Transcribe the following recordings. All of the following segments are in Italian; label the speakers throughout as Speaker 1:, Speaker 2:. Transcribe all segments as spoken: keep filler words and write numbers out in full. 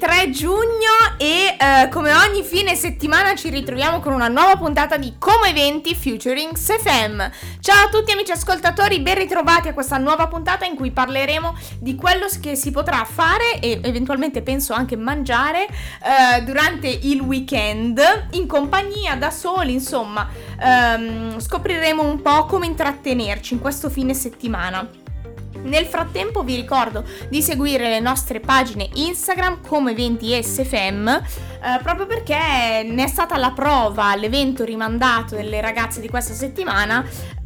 Speaker 1: tre giugno e eh, come ogni fine settimana ci ritroviamo con una nuova puntata di Como Eventi featuring S F M. Ciao a tutti amici ascoltatori, ben ritrovati a questa nuova puntata in cui parleremo di quello che si potrà fare e eventualmente penso anche mangiare eh, durante il weekend in compagnia, da soli, insomma ehm, scopriremo un po' come intrattenerci in questo fine settimana. Nel frattempo vi ricordo di seguire le nostre pagine Instagram Como Eventi e S F M eh, proprio perché ne è stata la prova l'evento rimandato delle ragazze di questa settimana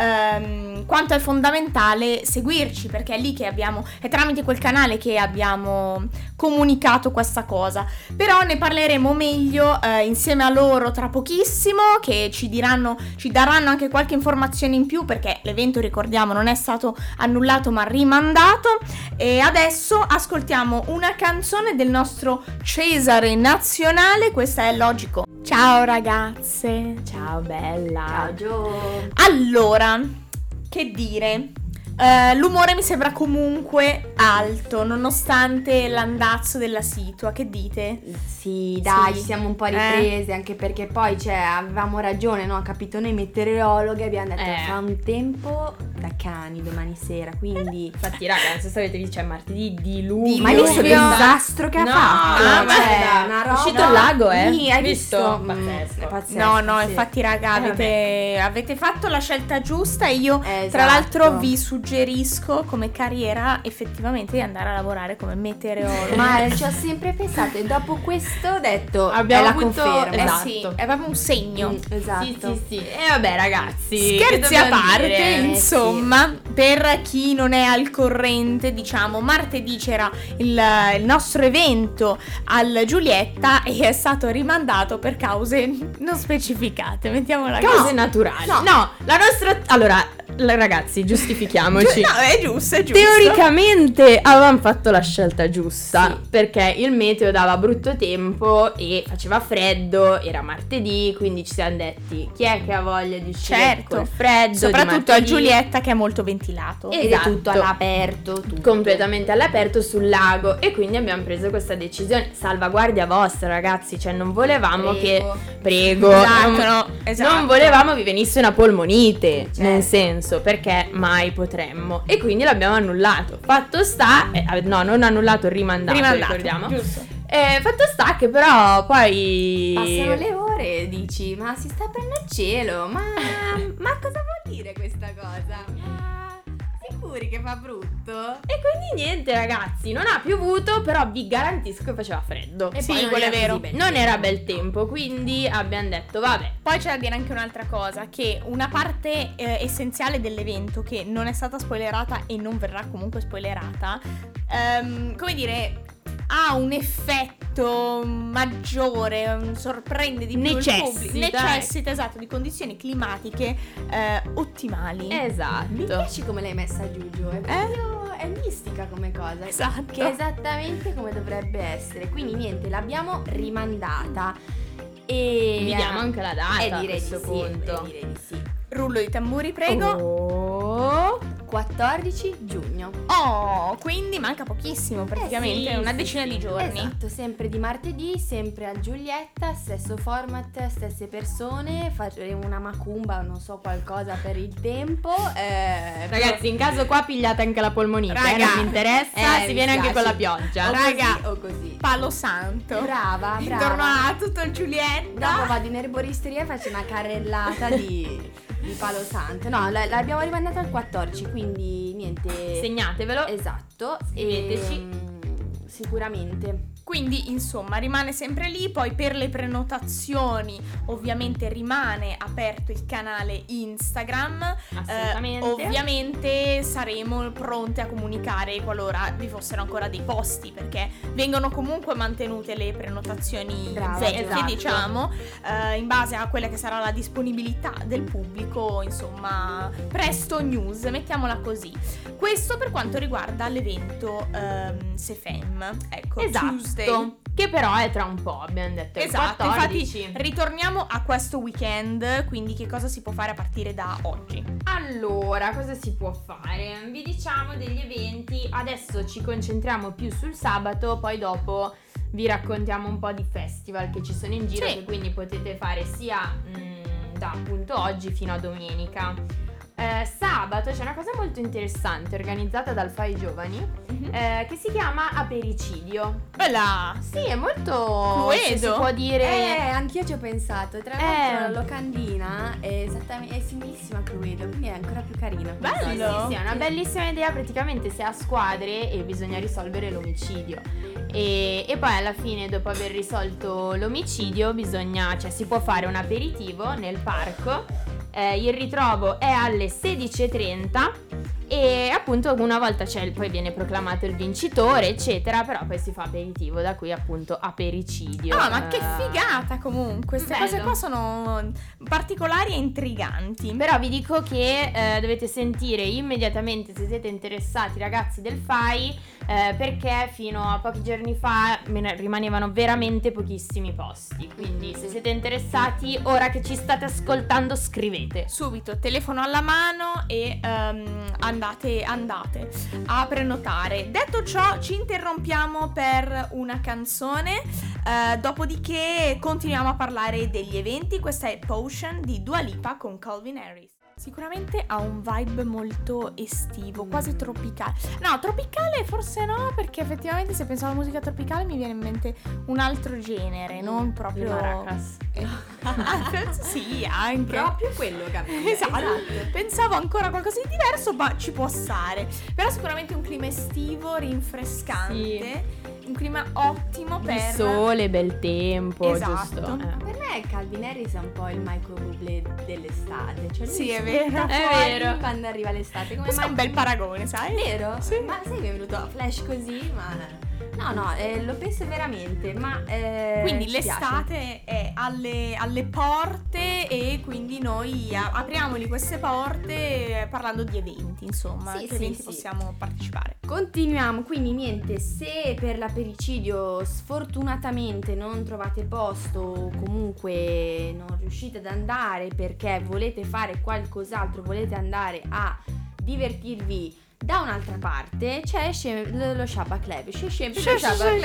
Speaker 1: ehm, quanto è fondamentale seguirci, perché è lì che abbiamo, è tramite quel canale che abbiamo comunicato questa cosa. Però ne parleremo meglio eh, insieme a loro tra pochissimo, che ci diranno, ci daranno anche qualche informazione in più, perché l'evento, ricordiamo, non è stato annullato ma rimandato. E adesso ascoltiamo una canzone del nostro Cesare nazionale, questa è Logico. Ciao ragazze.
Speaker 2: Ciao bella.
Speaker 3: Ciao Gio.
Speaker 1: Allora, che dire, uh, l'umore mi sembra comunque alto nonostante l'andazzo della situa, che dite?
Speaker 3: Sì, dai,
Speaker 1: Sì.
Speaker 3: ci siamo un po' riprese, eh. anche perché poi, cioè, avevamo ragione, no? Capito, noi meteorologhe abbiamo detto
Speaker 2: Eh.
Speaker 3: fa un tempo da cani domani sera, quindi
Speaker 2: Infatti raga, non so se avete visto, c'è martedì diluvio.
Speaker 3: ma hai visto che
Speaker 1: Diluvio.
Speaker 3: disastro che ha
Speaker 2: No,
Speaker 3: fatto?
Speaker 2: no,
Speaker 3: Cioè,
Speaker 2: guarda,
Speaker 3: una
Speaker 2: è
Speaker 3: roba...
Speaker 2: uscito il lago, eh?
Speaker 3: Sì, hai
Speaker 2: Visto?
Speaker 3: visto?
Speaker 2: Pazzesco.
Speaker 3: Mm, è pazzesco,
Speaker 1: No, no,
Speaker 3: sì.
Speaker 1: infatti raga,
Speaker 2: Eh,
Speaker 1: avete, avete fatto la scelta giusta e io
Speaker 3: Esatto.
Speaker 1: tra l'altro vi suggerisco come carriera effettivamente di andare a lavorare come meteorologa.
Speaker 3: Ma ci ho sempre pensato e dopo questo ho detto
Speaker 2: Abbiamo
Speaker 3: è la
Speaker 2: avuto-
Speaker 3: conferma.
Speaker 1: Eh
Speaker 2: esatto.
Speaker 1: sì, è proprio un segno.
Speaker 3: Mm, esatto.
Speaker 2: Sì, sì, sì. E vabbè ragazzi,
Speaker 1: Scherzi
Speaker 2: che
Speaker 1: a
Speaker 2: dobbiamo
Speaker 1: parte,
Speaker 2: dire?
Speaker 1: insomma, per chi non è al corrente, diciamo, martedì c'era il, il nostro evento al Giulietta e è stato rimandato per cause non specificate, mettiamola
Speaker 2: Cose
Speaker 1: così.
Speaker 2: naturali.
Speaker 3: No.
Speaker 2: No. la nostra... Allora, la- ragazzi, giustifichiamoci.
Speaker 1: No, è giusto, è giusto.
Speaker 2: Teoricamente avevamo fatto la scelta giusta,
Speaker 3: Sì.
Speaker 2: perché il meteo dava brutto tempo e faceva freddo, era martedì, quindi ci siamo detti chi è che ha voglia di uscire
Speaker 1: Certo,
Speaker 2: col freddo, di
Speaker 1: soprattutto al
Speaker 2: martedì?
Speaker 1: Giulietta che è molto ventilato.
Speaker 2: E-
Speaker 3: Ed è
Speaker 2: Esatto.
Speaker 3: tutto all'aperto, tutto.
Speaker 2: completamente all'aperto sul lago, e quindi abbiamo preso questa decisione, salvaguardia vostra ragazzi, cioè non volevamo
Speaker 3: Prego.
Speaker 2: che prego
Speaker 1: Esatto,
Speaker 2: non,
Speaker 1: no, esatto.
Speaker 2: non volevamo vi venisse una polmonite,
Speaker 3: Certo.
Speaker 2: nel senso, perché mai potremmo, e quindi l'abbiamo annullato. Fatto sta eh, no, non annullato, rimandato,
Speaker 1: Rimandato,
Speaker 2: ricordiamo.
Speaker 1: giusto.
Speaker 2: Eh, fatto sta che però poi
Speaker 3: Passano le ore e dici ma si sta aprendo il cielo, ma, ma cosa vuol dire questa cosa? Ma sicuri che fa brutto?
Speaker 2: E quindi niente ragazzi, non ha piovuto, però vi garantisco che faceva freddo.
Speaker 3: E
Speaker 1: Sì,
Speaker 3: poi non
Speaker 1: quello è
Speaker 3: era
Speaker 1: vero.
Speaker 3: così bel
Speaker 2: Non
Speaker 3: tempo.
Speaker 2: era bel tempo, quindi abbiamo detto vabbè.
Speaker 1: Poi c'è da dire anche un'altra cosa, che una parte eh, essenziale dell'evento che non è stata spoilerata e non verrà comunque spoilerata, ehm, come dire, ha un effetto maggiore, um, sorprende di più il
Speaker 2: Necessita,
Speaker 1: pubblico. Necessita, esatto, di condizioni climatiche eh, ottimali.
Speaker 2: Esatto.
Speaker 3: Mi piace come l'hai messa giù, Gio, è proprio è mistica come cosa.
Speaker 1: Esatto.
Speaker 3: Che è esattamente come dovrebbe essere. Quindi niente, l'abbiamo rimandata. E
Speaker 2: Vi diamo anche la data
Speaker 3: eh,
Speaker 2: a
Speaker 3: direi
Speaker 2: questo
Speaker 3: di sì,
Speaker 2: punto.
Speaker 3: eh, direi di sì.
Speaker 1: Rullo di tamburi, prego.
Speaker 2: Oh.
Speaker 3: quattordici giugno.
Speaker 1: Oh, quindi manca pochissimo praticamente,
Speaker 2: Eh sì,
Speaker 1: una
Speaker 2: sì,
Speaker 1: decina
Speaker 2: sì.
Speaker 1: di giorni.
Speaker 3: Esatto, sempre di martedì, sempre a Giulietta, stesso format, stesse persone, faremo una macumba, non so, qualcosa per il tempo. Eh,
Speaker 2: Ragazzi, in caso qua pigliate anche la polmonite, eh,
Speaker 1: Raga,
Speaker 2: non mi interessa,
Speaker 3: eh,
Speaker 2: si
Speaker 3: mi
Speaker 2: viene anche
Speaker 3: spiace.
Speaker 2: con la pioggia.
Speaker 3: o
Speaker 1: Raga.
Speaker 3: così o così.
Speaker 1: Palo santo.
Speaker 3: Brava, brava.
Speaker 1: Intorno a tutto il
Speaker 3: Dopo
Speaker 1: Giulietta.
Speaker 3: vado in erboristeria e faccio una carrellata di, di palo santo. No, la- l'abbiamo rimandata al quattordici, quindi niente.
Speaker 2: Segnatevelo.
Speaker 3: Esatto.
Speaker 2: Scriveteci.
Speaker 3: E, mm, sicuramente.
Speaker 1: Quindi insomma rimane sempre lì. Poi per le prenotazioni ovviamente rimane aperto il canale Instagram.
Speaker 2: Assolutamente.
Speaker 1: Eh, ovviamente saremo pronte a comunicare qualora vi fossero ancora dei posti, perché vengono comunque mantenute le prenotazioni
Speaker 3: Brava,
Speaker 1: vecchie,
Speaker 2: esatto.
Speaker 1: diciamo, eh, in base a quella che sarà la disponibilità del pubblico. Insomma, presto news, mettiamola così. Questo per quanto riguarda l'evento ehm, S F M, ecco,
Speaker 2: Esatto.
Speaker 1: Tuesday.
Speaker 2: Che però è tra un po', abbiamo detto. il
Speaker 1: Esatto,
Speaker 2: quattordici.
Speaker 1: infatti ritorniamo a questo weekend, quindi che cosa si può fare a partire da oggi?
Speaker 2: Allora, cosa si può fare? Vi diciamo degli eventi, adesso ci concentriamo più sul sabato, poi dopo vi raccontiamo un po' di festival che ci sono in giro,
Speaker 1: Sì.
Speaker 2: che quindi potete fare sia mh, da appunto oggi fino a domenica. Eh, sabato c'è una cosa molto interessante organizzata dal F A I Giovani,
Speaker 1: Mhm.
Speaker 2: eh, che si chiama Apericidio.
Speaker 1: Bella!
Speaker 2: Sì, è molto, se si
Speaker 1: Cluedo.
Speaker 2: può dire,
Speaker 3: Eh, anch'io ci ho pensato. Tra
Speaker 2: Eh.
Speaker 3: l'altro la locandina è esattamente è similissima a Cluedo, quindi è ancora più carina.
Speaker 1: Bello.
Speaker 2: Sì, sì, sì, è una bellissima idea. Praticamente si è a squadre e bisogna risolvere l'omicidio. E, e poi alla fine, dopo aver risolto l'omicidio, bisogna, cioè si può fare un aperitivo nel parco. Eh, il ritrovo è alle sedici e trenta e appunto una volta c'è il, poi viene proclamato il vincitore, eccetera, però poi si fa aperitivo, da qui appunto apericidio.
Speaker 1: Ah, ma che
Speaker 2: Eh,
Speaker 1: figata comunque, queste
Speaker 2: bello.
Speaker 1: cose qua sono particolari e intriganti.
Speaker 2: Però vi dico che eh, dovete sentire immediatamente se siete interessati, ragazzi del F A I, eh, perché fino a pochi giorni fa me ne rimanevano veramente pochissimi posti. Quindi se siete interessati, ora che ci state ascoltando, scrivete.
Speaker 1: Subito, telefono alla mano e ehm, andate, andate a prenotare. Detto ciò, ci interrompiamo per una canzone, eh, dopodiché continuiamo a parlare degli eventi. Questa è Potion di Dua Lipa con Calvin Harris. Sicuramente ha un vibe molto estivo, quasi tropicale. No, tropicale forse no, perché effettivamente se penso alla musica tropicale mi viene in mente un altro genere, non proprio...
Speaker 2: Le maracas.
Speaker 1: Sì, anche.
Speaker 3: Proprio quello, capito?
Speaker 1: Esatto. Pensavo ancora a qualcosa di diverso, ma ci può stare. Però sicuramente un clima estivo, rinfrescante, un clima ottimo per...
Speaker 2: Il sole, bel tempo,
Speaker 1: Esatto.
Speaker 2: giusto? Eh.
Speaker 3: Per me Calvin Harris è un po' il Michael Bublé dell'estate. Cioè lui
Speaker 1: Sì, è
Speaker 3: spunta
Speaker 1: vero.
Speaker 2: È
Speaker 3: fuori
Speaker 2: vero.
Speaker 3: quando arriva l'estate. Come
Speaker 1: Questo è un
Speaker 3: mai-
Speaker 1: bel paragone, sai?
Speaker 3: Vero?
Speaker 1: Sì.
Speaker 3: Ma sai che mi è venuto a flash così? Ma no, no, eh, lo penso veramente. Ma eh,
Speaker 1: Quindi
Speaker 3: ci
Speaker 1: l'estate è alle, alle porte e quindi noi a- apriamoli queste porte eh, parlando di eventi, insomma,
Speaker 3: Sì,
Speaker 1: che
Speaker 3: sì,
Speaker 1: eventi
Speaker 3: sì.
Speaker 1: possiamo partecipare.
Speaker 3: Continuiamo, quindi niente, se per l'apericidio sfortunatamente non trovate posto o comunque non riuscite ad andare perché volete fare qualcos'altro, volete andare a divertirvi da un'altra parte, c'è scem- lo, lo Shabba Club, c'è sempre lo Shabba Club,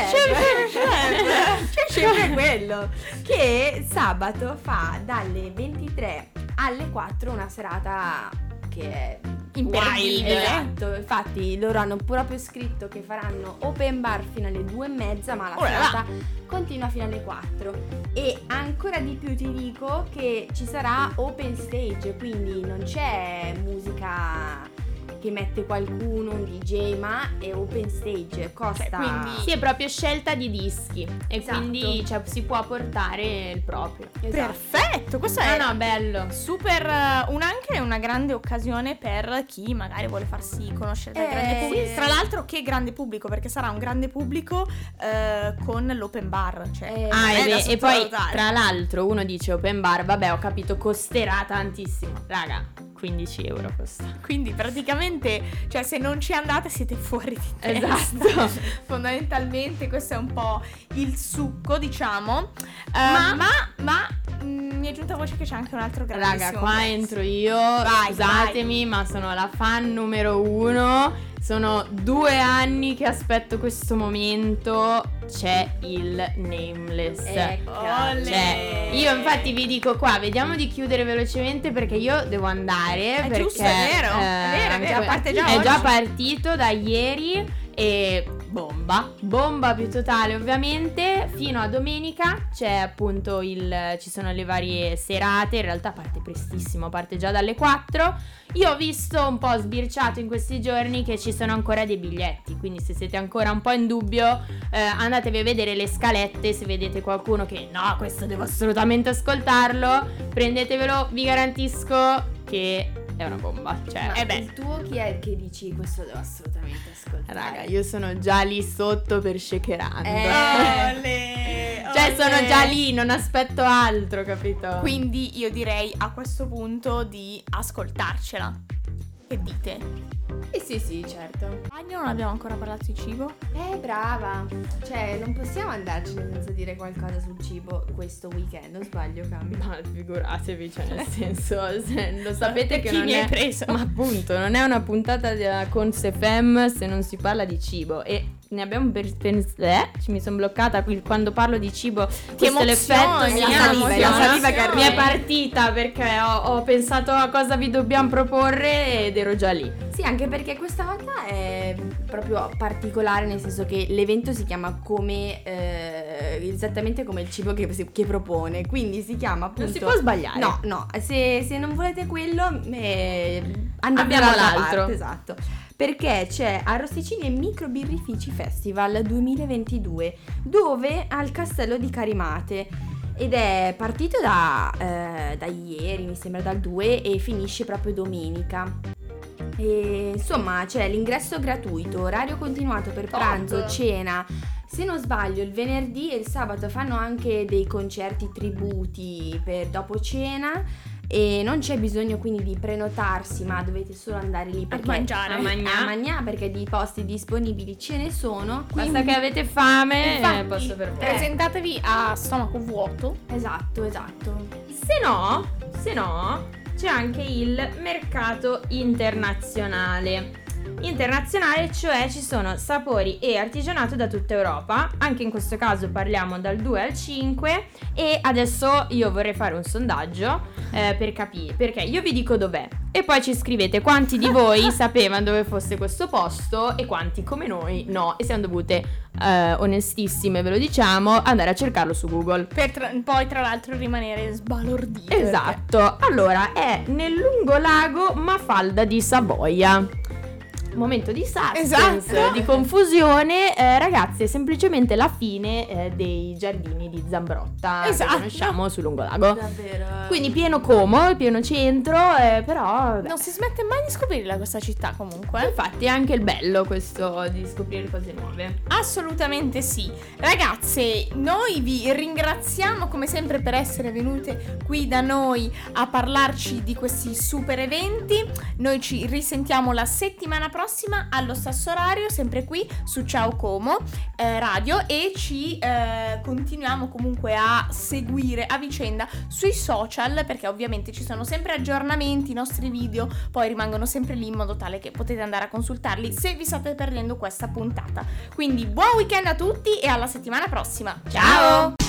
Speaker 3: c'è sempre quello che sabato fa dalle ventitré alle quattro una serata che è
Speaker 1: Imperdibile.
Speaker 3: Esatto, infatti loro hanno proprio scritto che faranno open bar fino alle due e mezza, ma la
Speaker 1: Oh là là.
Speaker 3: serata continua fino alle quattro. E ancora di più ti dico che ci sarà open stage, quindi non c'è musica che mette qualcuno, un D J, ma è open stage, costa...
Speaker 1: Cioè, quindi-
Speaker 2: Sì, è proprio scelta di dischi e
Speaker 3: Esatto.
Speaker 2: quindi cioè, si può portare il proprio.
Speaker 3: Esatto.
Speaker 1: Perfetto, questo è
Speaker 2: No, no, bello.
Speaker 1: super, eh, un, anche una grande occasione per chi magari vuole farsi conoscere dal
Speaker 3: Eh,
Speaker 1: grande pubblico.
Speaker 3: sì.
Speaker 1: Tra l'altro, che grande pubblico, perché sarà un grande pubblico eh, con l'open bar. Cioè,
Speaker 3: Eh,
Speaker 2: Ah,
Speaker 1: non
Speaker 2: e,
Speaker 1: è da
Speaker 2: beh, e poi
Speaker 1: sottovalutare.
Speaker 2: tra l'altro uno dice open bar, vabbè, ho capito, costerà tantissimo. Raga, quindici euro costa.
Speaker 1: Quindi praticamente, cioè, se non ci andate siete fuori di testa.
Speaker 2: Esatto.
Speaker 1: Fondamentalmente questo è un po' il succo, diciamo. Eh,
Speaker 2: Ma-
Speaker 1: ma, ma mm, mi è giunta voce che c'è anche un altro grandissimo
Speaker 2: Raga, qua
Speaker 1: prezzo.
Speaker 2: entro io,
Speaker 1: Vai,
Speaker 2: scusatemi, ma sono la fan numero uno. Sono due anni che aspetto questo momento. C'è il Nameless.
Speaker 3: Ecco.
Speaker 1: Olè.
Speaker 2: Cioè, io infatti vi dico qua, vediamo di chiudere velocemente perché io devo andare.
Speaker 1: È
Speaker 2: perché,
Speaker 1: giusto, è vero, è vero, è
Speaker 2: anche
Speaker 1: vero,
Speaker 2: que-
Speaker 1: parte già
Speaker 2: è già
Speaker 1: oggi.
Speaker 2: partito da ieri e bomba, bomba più totale ovviamente. Fino a domenica c'è appunto il, ci sono le varie serate, in realtà parte prestissimo, parte già dalle quattro. Io ho visto un po' sbirciato in questi giorni che ci sono ancora dei biglietti, quindi se siete ancora un po' in dubbio eh, andatevi a vedere le scalette, se vedete qualcuno che no, questo devo assolutamente ascoltarlo, prendetevelo, vi garantisco che è una bomba, cioè
Speaker 3: Ma
Speaker 1: Eh beh.
Speaker 3: il tuo chi è che dici questo devo assolutamente ascoltare?
Speaker 2: raga, io sono già lì sotto per shakerando.
Speaker 3: Eh.
Speaker 1: Olè,
Speaker 2: Cioè sono
Speaker 1: olè.
Speaker 2: già lì, non aspetto altro, capito?
Speaker 1: Quindi io direi a questo punto di ascoltarcela. Che dite?
Speaker 3: Eh sì sì, certo.
Speaker 1: Bagno, non abbiamo ancora parlato di cibo.
Speaker 3: Eh, brava. Cioè, non possiamo andarcene senza dire qualcosa sul cibo questo weekend, non sbaglio, Cambio.
Speaker 2: Ma figuratevi, cioè nel senso, se lo sapete che
Speaker 1: Chi
Speaker 2: non
Speaker 1: mi
Speaker 2: è
Speaker 1: hai preso?
Speaker 2: Ma appunto, non è una puntata di- con Sefem se non si parla di cibo. E ne abbiamo per, per eh, mi sono bloccata qui quando parlo di cibo.
Speaker 1: Ti
Speaker 2: questo è l'effetto,
Speaker 1: emozioni,
Speaker 2: mi
Speaker 3: la saliva,
Speaker 2: emoziona.
Speaker 3: la saliva che arriva.
Speaker 2: mi è partita perché ho, ho pensato a cosa vi dobbiamo proporre ed ero già lì.
Speaker 3: Sì, anche perché questa volta è proprio particolare, nel senso che l'evento si chiama come eh, esattamente come il cibo che, che propone, quindi si chiama appunto.
Speaker 2: Non si può sbagliare.
Speaker 3: No, no, se, se non volete quello eh, andate
Speaker 2: Abbiamo
Speaker 3: dall'altra
Speaker 2: l'altro.
Speaker 3: parte, esatto. Perché c'è Arrosticini e Microbirrifici Festival duemilaventidue, dove al Castello di Carimate. Ed è partito da, eh, da ieri, mi sembra dal due, e finisce proprio domenica. E, insomma, c'è l'ingresso gratuito, orario continuato per
Speaker 1: Top.
Speaker 3: pranzo, cena. Se non sbaglio, il venerdì e il sabato fanno anche dei concerti tributi per dopo cena. E non c'è bisogno quindi di prenotarsi, ma dovete solo andare lì perché
Speaker 1: mangiare.
Speaker 2: A mangiare.
Speaker 3: a mangiare, perché di posti disponibili ce ne sono.
Speaker 2: Basta
Speaker 3: quindi-
Speaker 2: che avete fame,
Speaker 1: Infatti,
Speaker 2: eh, posso per voi.
Speaker 1: presentatevi a stomaco vuoto.
Speaker 3: Esatto, esatto.
Speaker 2: Se no, se no, c'è anche il mercato internazionale. Internazionale, cioè ci sono sapori e artigianato da tutta Europa. Anche in questo caso parliamo dal due al cinque. E adesso io vorrei fare un sondaggio eh, per capire, perché io vi dico dov'è e poi ci scrivete quanti di voi sapevano dove fosse questo posto e quanti come noi no, e siamo dovute eh, onestissime, ve lo diciamo, andare a cercarlo su Google.
Speaker 1: Per tra- poi tra l'altro rimanere sbalordite.
Speaker 2: Esatto, allora è nel lungolago Mafalda di Savoia. Momento di suspense,
Speaker 1: Esatto.
Speaker 2: di confusione, eh, ragazzi, è semplicemente la fine eh, dei giardini di Zambrotta
Speaker 1: Esatto.
Speaker 2: che conosciamo sul lungolago.
Speaker 3: Davvero.
Speaker 2: Quindi pieno Como, pieno centro, eh, però beh,
Speaker 1: Non si smette mai di scoprirla questa città comunque.
Speaker 2: infatti è anche il bello questo di scoprire cose nuove.
Speaker 1: Assolutamente sì. Ragazze, noi vi ringraziamo come sempre per essere venute qui da noi a parlarci di questi super eventi. Noi ci risentiamo la settimana prossima allo stesso orario, sempre qui su Ciao Como eh, Radio, e ci eh, continuiamo comunque a seguire a vicenda sui social, perché ovviamente ci sono sempre aggiornamenti, i nostri video poi rimangono sempre lì in modo tale che potete andare a consultarli se vi state perdendo questa puntata. Quindi buon weekend a tutti e alla settimana prossima. Ciao!